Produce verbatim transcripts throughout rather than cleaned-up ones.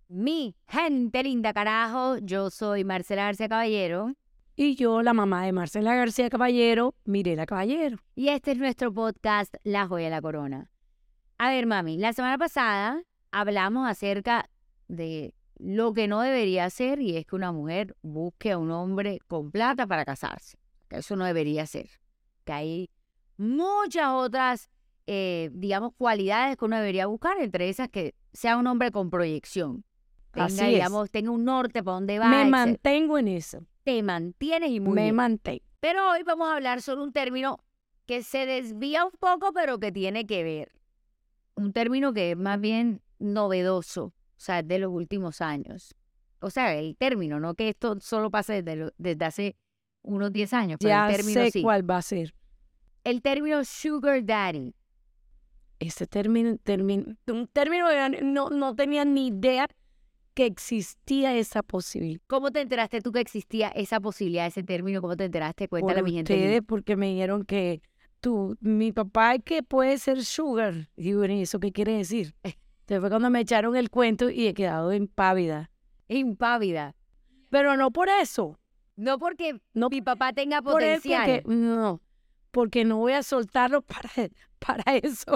Mi gente linda, carajo, yo soy Marcela García Caballero. Y yo, la mamá de Marcela García Caballero, Mirela Caballero. Y este es nuestro podcast La Joya de la Corona. A ver, mami, la semana pasada hablamos acerca de lo que no debería hacer, y es que una mujer busque a un hombre con plata para casarse. Que eso no debería ser. Que hay muchas otras, eh, digamos, cualidades que uno debería buscar, entre esas que sea un hombre con proyección. Tenga, Así es. digamos, tenga un norte para dónde va. Me etcétera. mantengo en eso. Te mantienes y muy Me bien. mantengo. Pero hoy vamos a hablar sobre un término que se desvía un poco, pero que tiene que ver. Un término que es más bien novedoso, o sea, de los últimos años. O sea, el término, no que esto solo pase desde, lo- desde hace unos diez años, pero Ya el término sé sí. cuál va a ser. El término sugar daddy. Ese término, término un término que no, no tenía ni idea que existía esa posibilidad. ¿Cómo te enteraste tú que existía esa posibilidad, ese término? ¿Cómo te enteraste? Cuéntale Por a mi gente linda. ustedes, porque me dijeron que tú, mi papá es que puede ser sugar. Y bueno, ¿y eso qué quiere decir? Entonces fue cuando me echaron el cuento y he quedado impávida. Impávida. Pero no por eso. No porque No mi papá tenga por él, potencial. porque no, porque no voy a soltarlo para, para eso.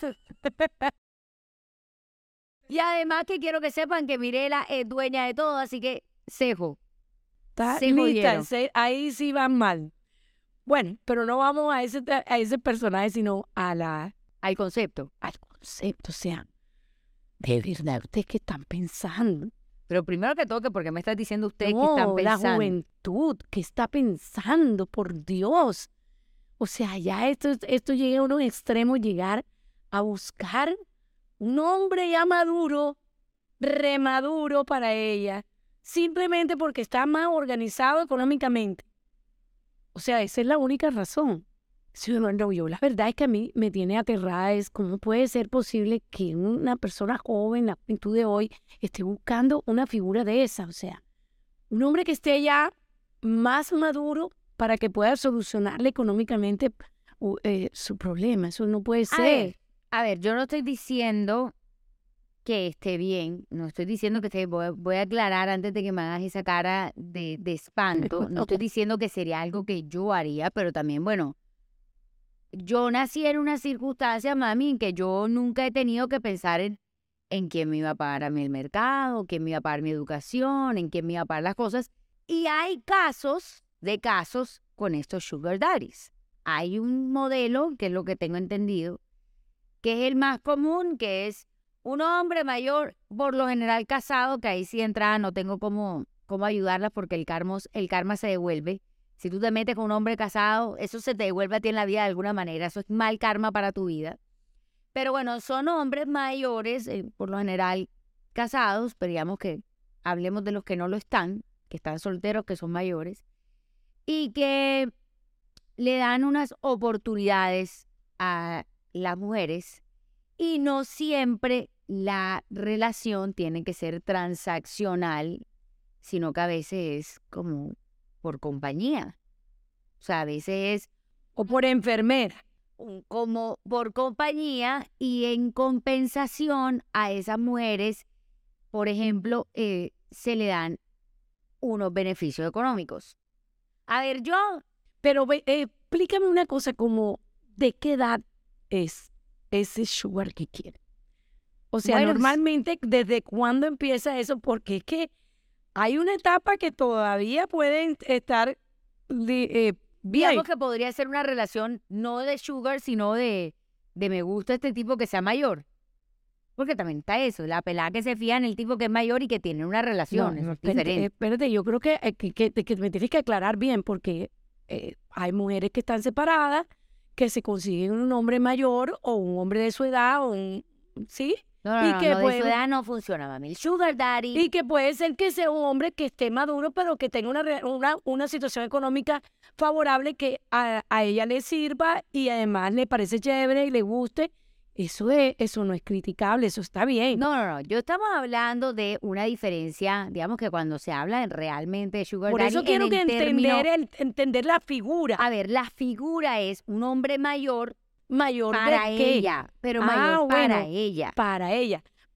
Y además que quiero que sepan que Mirela es dueña de todo, así que cejo. Está Se lista, jodieron. se- ahí sí van mal. Bueno, pero no vamos a ese, a ese personaje, sino a la, Al concepto. al concepto. O sea, de verdad, ¿ustedes qué están pensando? Pero primero que todo, que ¿por qué me estás diciendo ustedes que No, están la pensando? juventud, ¿qué está pensando? Por Dios. O sea, ya esto, esto llega a unos extremos, llegar a buscar un hombre ya maduro, remaduro para ella, simplemente porque está más organizado económicamente. O sea, esa es la única razón. Sí, no, no, yo la verdad es que a mí me tiene aterrada es cómo puede ser posible que una persona joven, la juventud de hoy, esté buscando una figura de esa. O sea, un hombre que esté ya más maduro para que pueda solucionarle económicamente uh, eh, su problema. Eso no puede A ser. ver, a ver, yo no estoy diciendo que esté bien, no estoy diciendo que esté, voy, voy a aclarar antes de que me hagas esa cara de, de espanto, no estoy diciendo que sería algo que yo haría, pero también, bueno, yo nací en una circunstancia, mami, en que yo nunca he tenido que pensar en, en quién me iba a pagar a mí el mercado, quién me iba a pagar mi educación, en quién me iba a pagar las cosas. Y hay casos de casos con estos sugar daddies. Hay un modelo, que es lo que tengo entendido, que es el más común, que es un hombre mayor, por lo general casado, que ahí sí entra, no tengo cómo, cómo ayudarla porque el karma, el karma se devuelve. Si tú te metes con un hombre casado, eso se te devuelve a ti en la vida de alguna manera. Eso es mal karma para tu vida. Pero bueno, son hombres mayores, eh, por lo general casados, pero digamos que hablemos de los que no lo están, que están solteros, que son mayores, y que le dan unas oportunidades a las mujeres, y no siempre la relación tiene que ser transaccional, sino que a veces es como por compañía. O sea, a veces es O por enfermera. un- como por compañía, y en compensación a esas mujeres, por ejemplo, eh, se le dan unos beneficios económicos. A ver, yo, Pero ve, eh, explícame una cosa, como ¿de qué edad es ese sugar que quiere? O sea, Bueno, normalmente, ¿desde cuándo empieza eso? Porque es que hay una etapa que todavía pueden estar li- eh, bien. digamos que podría ser una relación no de sugar, sino de, de me gusta este tipo que sea mayor. Porque también está eso, la pelada que se fía en el tipo que es mayor y que tiene una relación, No, eso no, es espérate, diferente. espérate, yo creo que, eh, que, que- que me tienes que aclarar bien, porque eh, hay mujeres que están separadas, que se consiguen un hombre mayor o un hombre de su edad, o un, ¿sí? No, no, y no, que no, de puede- su edad no funciona, mami. El sugar daddy, Y que puede ser que sea un hombre que esté maduro, pero que tenga una, re- una, una situación económica favorable que a, a ella le sirva y además le parece chévere y le guste. Eso, es, eso no es criticable, eso está bien. no, no, no, yo estamos hablando de una diferencia, digamos que cuando se habla en realmente de sugar Por daddy, eso quiero en que el término, entender, el- entender la figura. a ver, la figura es un hombre mayor ¿Mayor para de qué? ella, pero Ah, mayor para bueno, ella. para ella.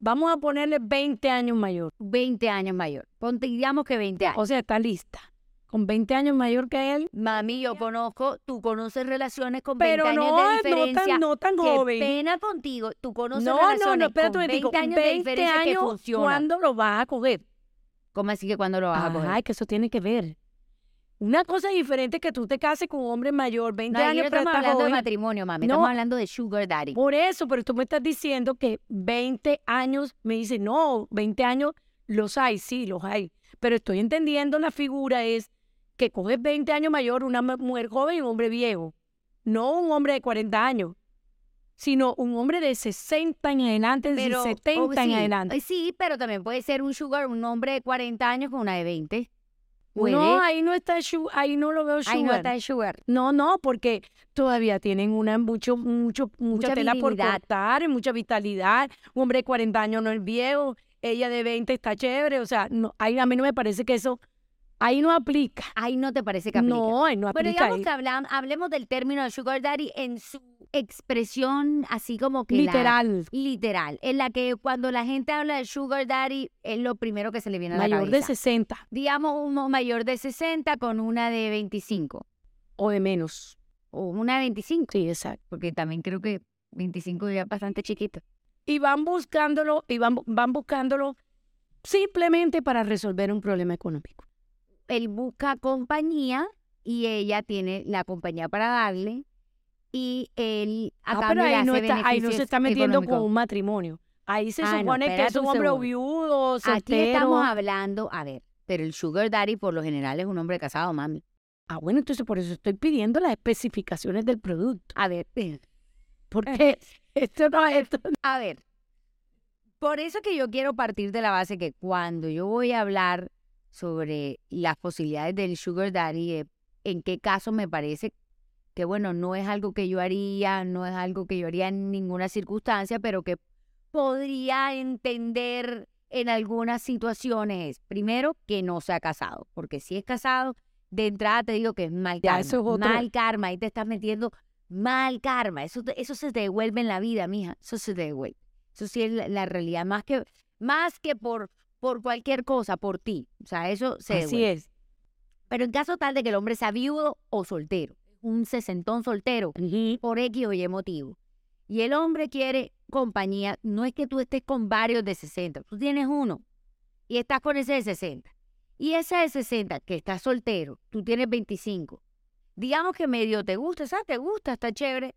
Vamos a ponerle veinte años mayor. veinte años mayor. Ponte, digamos que veinte años. O sea, está lista. Con veinte años mayor que él. Mami, yo conozco, tú conoces relaciones con Pero veinte no, años de no diferencia. tan, no tan Qué joven. pena contigo. Tú conoces No, relaciones no, no, espérate con un momentico. veinte años de diferencia que años, funcionan. ¿cuándo lo vas a coger? ¿Cómo así que cuándo lo vas a coger? Ay, que eso tiene que ver. Una cosa diferente es que tú te cases con un hombre mayor, veinte No, aquí años, no pero estamos estás hablando de joven. matrimonio, mami. No. Estamos hablando de sugar daddy. Por eso, pero tú me estás diciendo que veinte años, me dice, no, veinte años los hay, sí, los hay. Pero estoy entendiendo la figura es que coges veinte años mayor una mu- mujer joven y un hombre viejo. No un hombre de cuarenta años, sino un hombre de sesenta en adelante, de Pero, setenta oh, en sí, adelante. eh, sí, pero también puede ser un sugar, un hombre de cuarenta años con una de veinte. Puede. No, ahí no está, su- ahí no lo veo sugar. Ahí no está el sugar. No, no, porque todavía tienen una mucho, mucho, mucha, Mucha tela por virilidad. cortar, mucha vitalidad. Un hombre de cuarenta años no es viejo, ella de veinte está chévere, o sea, no, ahí a mí no me parece que eso, ahí no aplica. Ahí no te parece que aplica. No, ahí no Bueno, aplica digamos ahí. que hablam- hablemos del término de sugar daddy en su expresión así como que la- Literal, literal, en la que cuando la gente habla de sugar daddy es lo primero que se le viene a la mayor de cabeza. sesenta Digamos uno mayor de sesenta con una de veinticinco o de menos. o una de veinticinco, Sí, exacto. porque también creo que veinticinco ya es bastante chiquito. Y van buscándolo, y van, van buscándolo simplemente para resolver un problema económico. Él busca compañía y ella tiene la compañía para darle y él a Ah, cambio pero le ahí no, hace está, ahí no se beneficios está metiendo económicos. con un matrimonio. Ahí se Ah, no, supone que es espérate un un hombre segundo. viudo, soltero. Aquí estamos hablando, a ver, pero el sugar daddy por lo general es un hombre casado, mami. Ah, bueno, entonces por eso estoy pidiendo las especificaciones del producto. A ver, Porque esto no es esto. a ver. Por eso que yo quiero partir de la base que cuando yo voy a hablar sobre las posibilidades del sugar daddy, eh, en qué caso me parece que, bueno, no es algo que yo haría, no es algo que yo haría en ninguna circunstancia, pero que podría entender en algunas situaciones. Primero, que no se ha casado, porque si es casado, de entrada te digo que es mal Ya, karma. eso es otro- Mal karma, ahí te estás metiendo mal karma. Eso, te- eso se te devuelve en la vida, mija. Eso se te devuelve. Eso sí es la, la realidad, más que, más que por, por cualquier cosa, por ti. O sea, eso se Así devuelve. es. Pero en caso tal de que el hombre sea viudo o soltero, un sesentón soltero, por X o Y motivo, y el hombre quiere compañía, no es que tú estés con varios de sesenta, tú tienes uno y estás con ese de sesenta. Y ese de sesenta que está soltero, tú tienes veinticinco. Digamos que medio te gusta, ¿sabes? Te gusta, está chévere.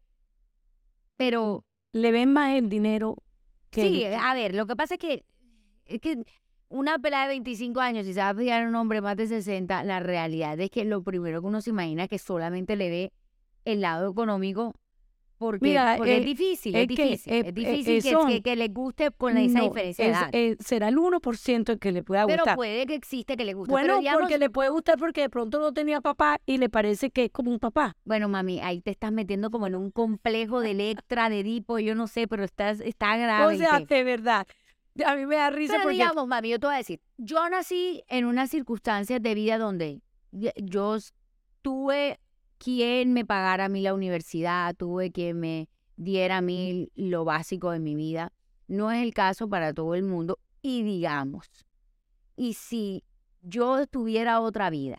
Pero Le ven más el dinero que... sí, a ver, lo que pasa es que, es que una pelada de veinticinco años, si se va a pillar a un hombre más de sesenta, la realidad es que lo primero que uno se imagina es que solamente le ve el lado económico, porque, Mira, porque eh, es difícil, es es que, difícil, eh, es eh, difícil eh, que, son- que, que le guste con esa No, diferencia de es- edad. eh, será el uno por ciento el que le pueda Pero gustar. puede que existe que le guste. Bueno, pero digamos, porque le puede gustar porque de pronto no tenía papá y le parece que es como un papá. bueno, mami, ahí te estás metiendo como en un complejo de Electra, de Edipo, yo no sé, pero estás, está grave. O sea, ¿viste? de verdad. A mí me da risa Pero porque... digamos, mami, yo te voy a decir, yo nací en unas circunstancias de vida donde y- yo s- tuve quien me pagara a mí la universidad, tuve quien me diera a mí lo básico de mi vida. No es el caso para todo el mundo. Y digamos, y si yo tuviera otra vida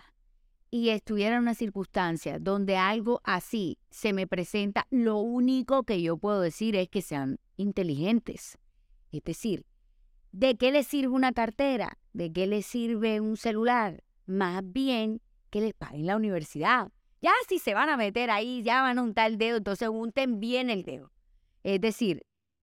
y estuviera en una circunstancia donde algo así se me presenta, lo único que yo puedo decir es que sean inteligentes. Es decir, ¿de qué les sirve una cartera? ¿De qué les sirve un celular? Más bien que les paguen la universidad. Ya si se van a meter ahí, ya van a untar el dedo, entonces unten bien el dedo. Es decir,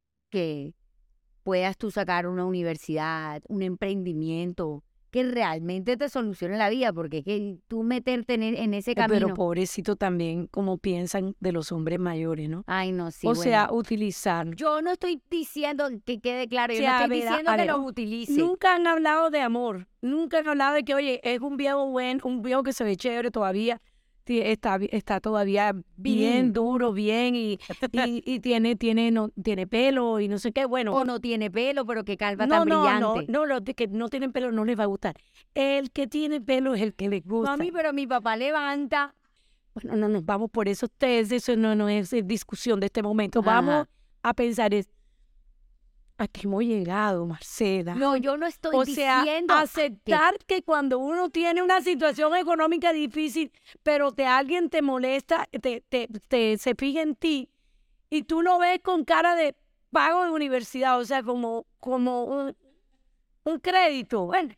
que puedas tú sacar una universidad, un emprendimiento que realmente te solucione la vida, porque es que tú meterte en, e- en ese Eh, camino. Pero pobrecito también, como piensan de los hombres mayores, ¿no? Ay, no, sí, o sea, bueno. utilizar. Yo no estoy diciendo que quede claro, yo Sí, no a estoy ver, diciendo a que ver, los utilice. Nunca han hablado de amor. Nunca han hablado de que, oye, es un viejo buen, un viejo que se ve chévere todavía. ti- Está, bi- está todavía bien Bien. duro, bien, y, y, y tiene, tiene, no, tiene pelo y no sé qué. Bueno, O no tiene pelo, pero qué calva no, tan no, brillante. no, no, los de que no tienen pelo no les va a gustar. El que tiene pelo es el que les gusta. Mami, pero mi papá levanta. Bueno, no nos vamos por esos test, eso no, no es eh, discusión de este momento. Ajá. Vamos a pensar es, ¿A qué hemos llegado, Marcela? No, yo no estoy O sea, diciendo que aceptar que cuando uno tiene una situación económica difícil, pero te alguien te molesta, te, te, te- se fija en ti y tú lo ves con cara de pago de universidad, o sea, como, como un, un crédito. Bueno,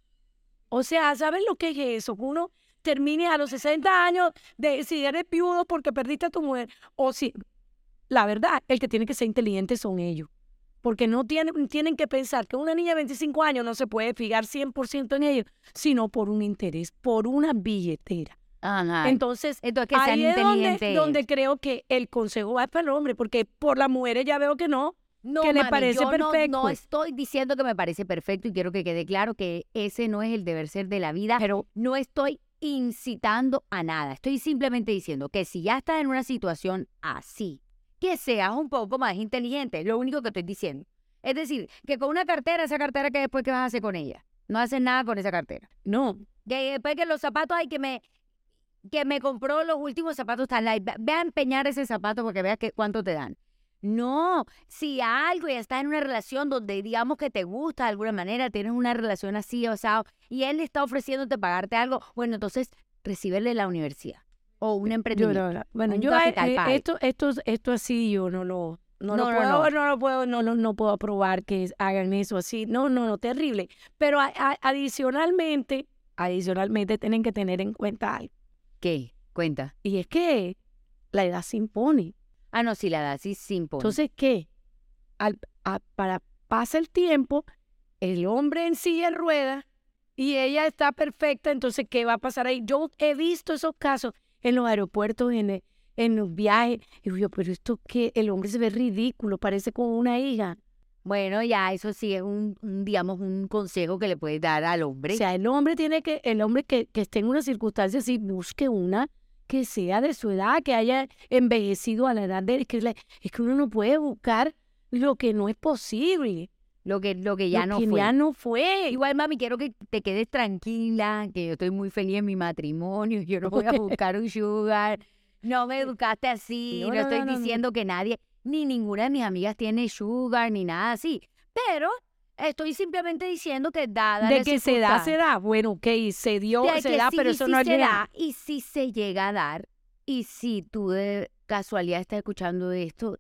o sea, ¿sabes lo que es eso? Que uno termine a los sesenta años de si eres viudo porque perdiste a tu mujer, o si, la verdad, el que tiene que ser inteligente son ellos. Porque no tienen, tienen que pensar que una niña de veinticinco años no se puede fijar cien por ciento en ellos, sino por un interés, por una billetera. Ajá. Entonces, Entonces que sean ahí es donde, inteligentes. donde creo que el consejo va para el hombre, porque por las mujeres ya veo que no, No, que le mami, parece yo no, perfecto. no estoy diciendo que me parece perfecto y quiero que quede claro que ese no es el deber ser de la vida. Pero No estoy incitando a nada. Estoy simplemente diciendo que si ya estás en una situación así, que seas un poco más inteligente. Es lo único que estoy diciendo. Es decir, que con una cartera, esa cartera que después, ¿qué vas a hacer con ella? No haces nada con esa cartera. no, Que después que los zapatos hay que me, que me compró los últimos zapatos tan light. Ve ve a empeñar ese zapato porque veas que, cuánto te dan. No, si algo ya estás en una relación donde digamos que te gusta de alguna manera, tienes una relación así, o sea, y él está ofreciéndote pagarte algo, bueno, entonces recíbele la universidad o un yo, emprendimiento. la- bueno, un yo capital eh, para esto, esto, esto así yo no lo, no, No, lo no, puedo, no. no lo puedo, no, no, no puedo aprobar que hagan eso así. No, no, no, terrible. Pero a- a- adicionalmente, adicionalmente tienen que tener en cuenta algo. ¿Qué? Cuenta. Y es que la edad se impone. Ah, no, si la das, sí, sin impone. Entonces, ¿qué? Al, a- para pasa el tiempo, el hombre en silla de ruedas y ella está perfecta, entonces, ¿qué va a pasar ahí? Yo he visto esos casos en los aeropuertos, en, el- en los viajes, y digo yo, pero esto que el hombre se ve ridículo, parece como una hija. Bueno, ya eso sí es un, un, digamos, un consejo que le puedes dar al O hombre. sea, el hombre tiene que, el hombre que, que esté en una circunstancia así, busque una que sea de su edad, que haya envejecido a la edad de él. Es que, la- es que uno no puede buscar lo que no es posible, Lo que, lo que ya lo no que fue. ya no fue. Igual, mami, quiero que te quedes tranquila, que yo estoy muy feliz en mi matrimonio, yo no voy a buscar un sugar, no me educaste así, No, no, no, estoy no, no, no. diciendo que nadie, ni ninguna de mis amigas tiene sugar, ni nada así, pero estoy simplemente diciendo que dada De la que se da, se circunstancia, da. Bueno, ok, se dio, de se que da, sí, pero y eso sí no es se real. da, y si se llega a dar, y si tú de casualidad estás escuchando esto,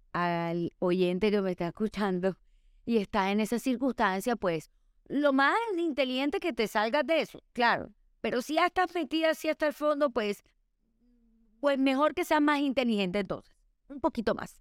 al oyente que me está escuchando y está en esa circunstancia, pues lo más inteligente que te salgas de eso, claro. Pero si ya estás metida así hasta el fondo, pues, pues mejor que seas más inteligente entonces, un poquito más.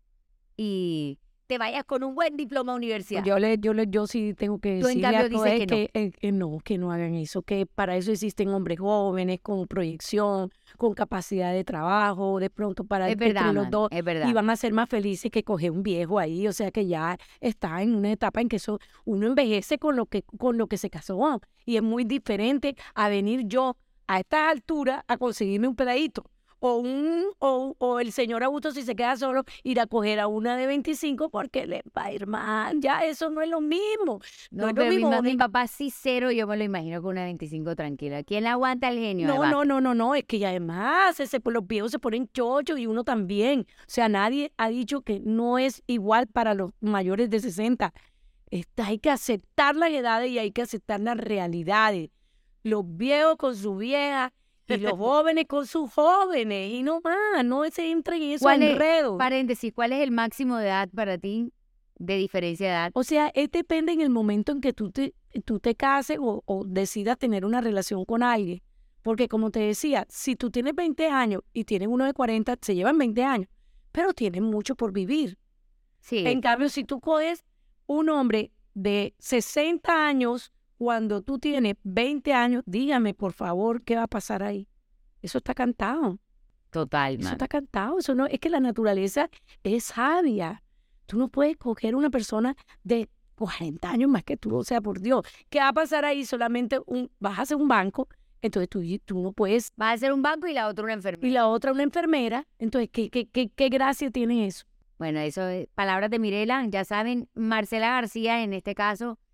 Y te vayas con un buen diploma a universidad. Yo le, yo le, yo sí tengo que Tú, en decirle a cambio, todos dices que no. que, eh, que no, que no hagan eso, que para eso existen hombres jóvenes con proyección, con capacidad de trabajo, de pronto para Es verdad, entre los mami, dos es verdad. y van a ser más felices que coger un viejo ahí, o sea que ya está en una etapa en que eso uno envejece con lo que con lo que se casó y es muy diferente a venir yo a esta altura a conseguirme un pedadito. O, un, o, o el señor Augusto, si se queda solo, ir a coger a una de veinticinco porque le va a ir mal. Ya eso no es lo mismo. No, No, es lo pero mi, mismo. ma- mi de- papá sí cero, yo me lo imagino con una veinticinco tranquila. ¿Quién le aguanta el genio? No, además? no, no, no, no. Es que ya además ese, pues, los viejos se ponen chochos y uno también. O sea, nadie ha dicho que no es igual para los mayores de sesenta. Esta, hay que aceptar las edades y hay que aceptar las realidades. Los viejos con su vieja y los jóvenes con sus jóvenes. Y no más, no se entren en esos ¿Cuál es, enredos. paréntesis, cuál es el máximo de edad para ti de diferencia de edad? O sea, es depende en el momento en que tú te, tú te cases o, o decidas tener una relación con alguien. Porque como te decía, si tú tienes veinte años y tienes uno de cuarenta, se llevan veinte años, pero tienen mucho por vivir. Sí, En cambio, si tú coges un hombre de sesenta años cuando tú tienes veinte años, dígame, por favor, ¿qué va a pasar ahí? Eso está cantado. total, Eso man. está cantado. Eso no, es que la naturaleza es sabia. Tú no puedes coger una persona de cuarenta años más que tú. O sea, por Dios, ¿qué va a pasar ahí? Solamente un, vas a hacer un banco, entonces tú, tú no puedes. Vas a ser un banco y la otra una Y enfermera. la otra una enfermera. Entonces, ¿qué, qué, qué, qué gracia tiene eso? Bueno, eso es palabras de Mirela. Ya saben, Marcela García, en este caso,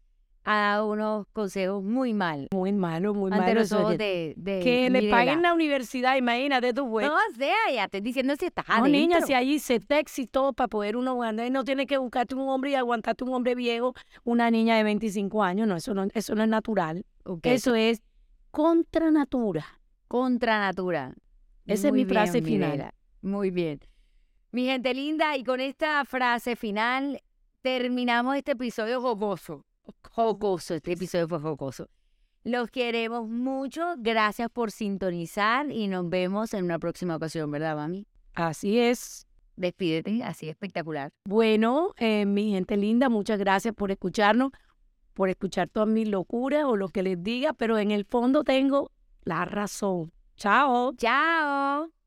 ha dado unos consejos muy mal Muy malo, muy ante malo. los eso ojos de- de, de que le Mirela. paguen la universidad, imagínate tú, pues. No, o sea, ya estoy diciendo si estás No, adentro. niña, si allí se te excitó para poder uno aguantar, y no tienes que buscarte un hombre y aguantarte un hombre viejo, una niña de veinticinco años, no, eso no, eso no es natural. Ok. Eso es contra natura. Contra natura. Esa es Muy mi frase bien, final. Mirela. Muy bien. Mi gente linda, y con esta frase final terminamos este episodio jocoso. Jocoso, este episodio fue jocoso. Los queremos mucho, gracias por sintonizar y nos vemos en una próxima ocasión, ¿verdad, mami? Así es. Despídete, así espectacular. Bueno, eh, mi gente linda, muchas gracias por escucharnos, por escuchar todas mis locuras o lo que les diga, pero en el fondo tengo la razón. Chao. Chao.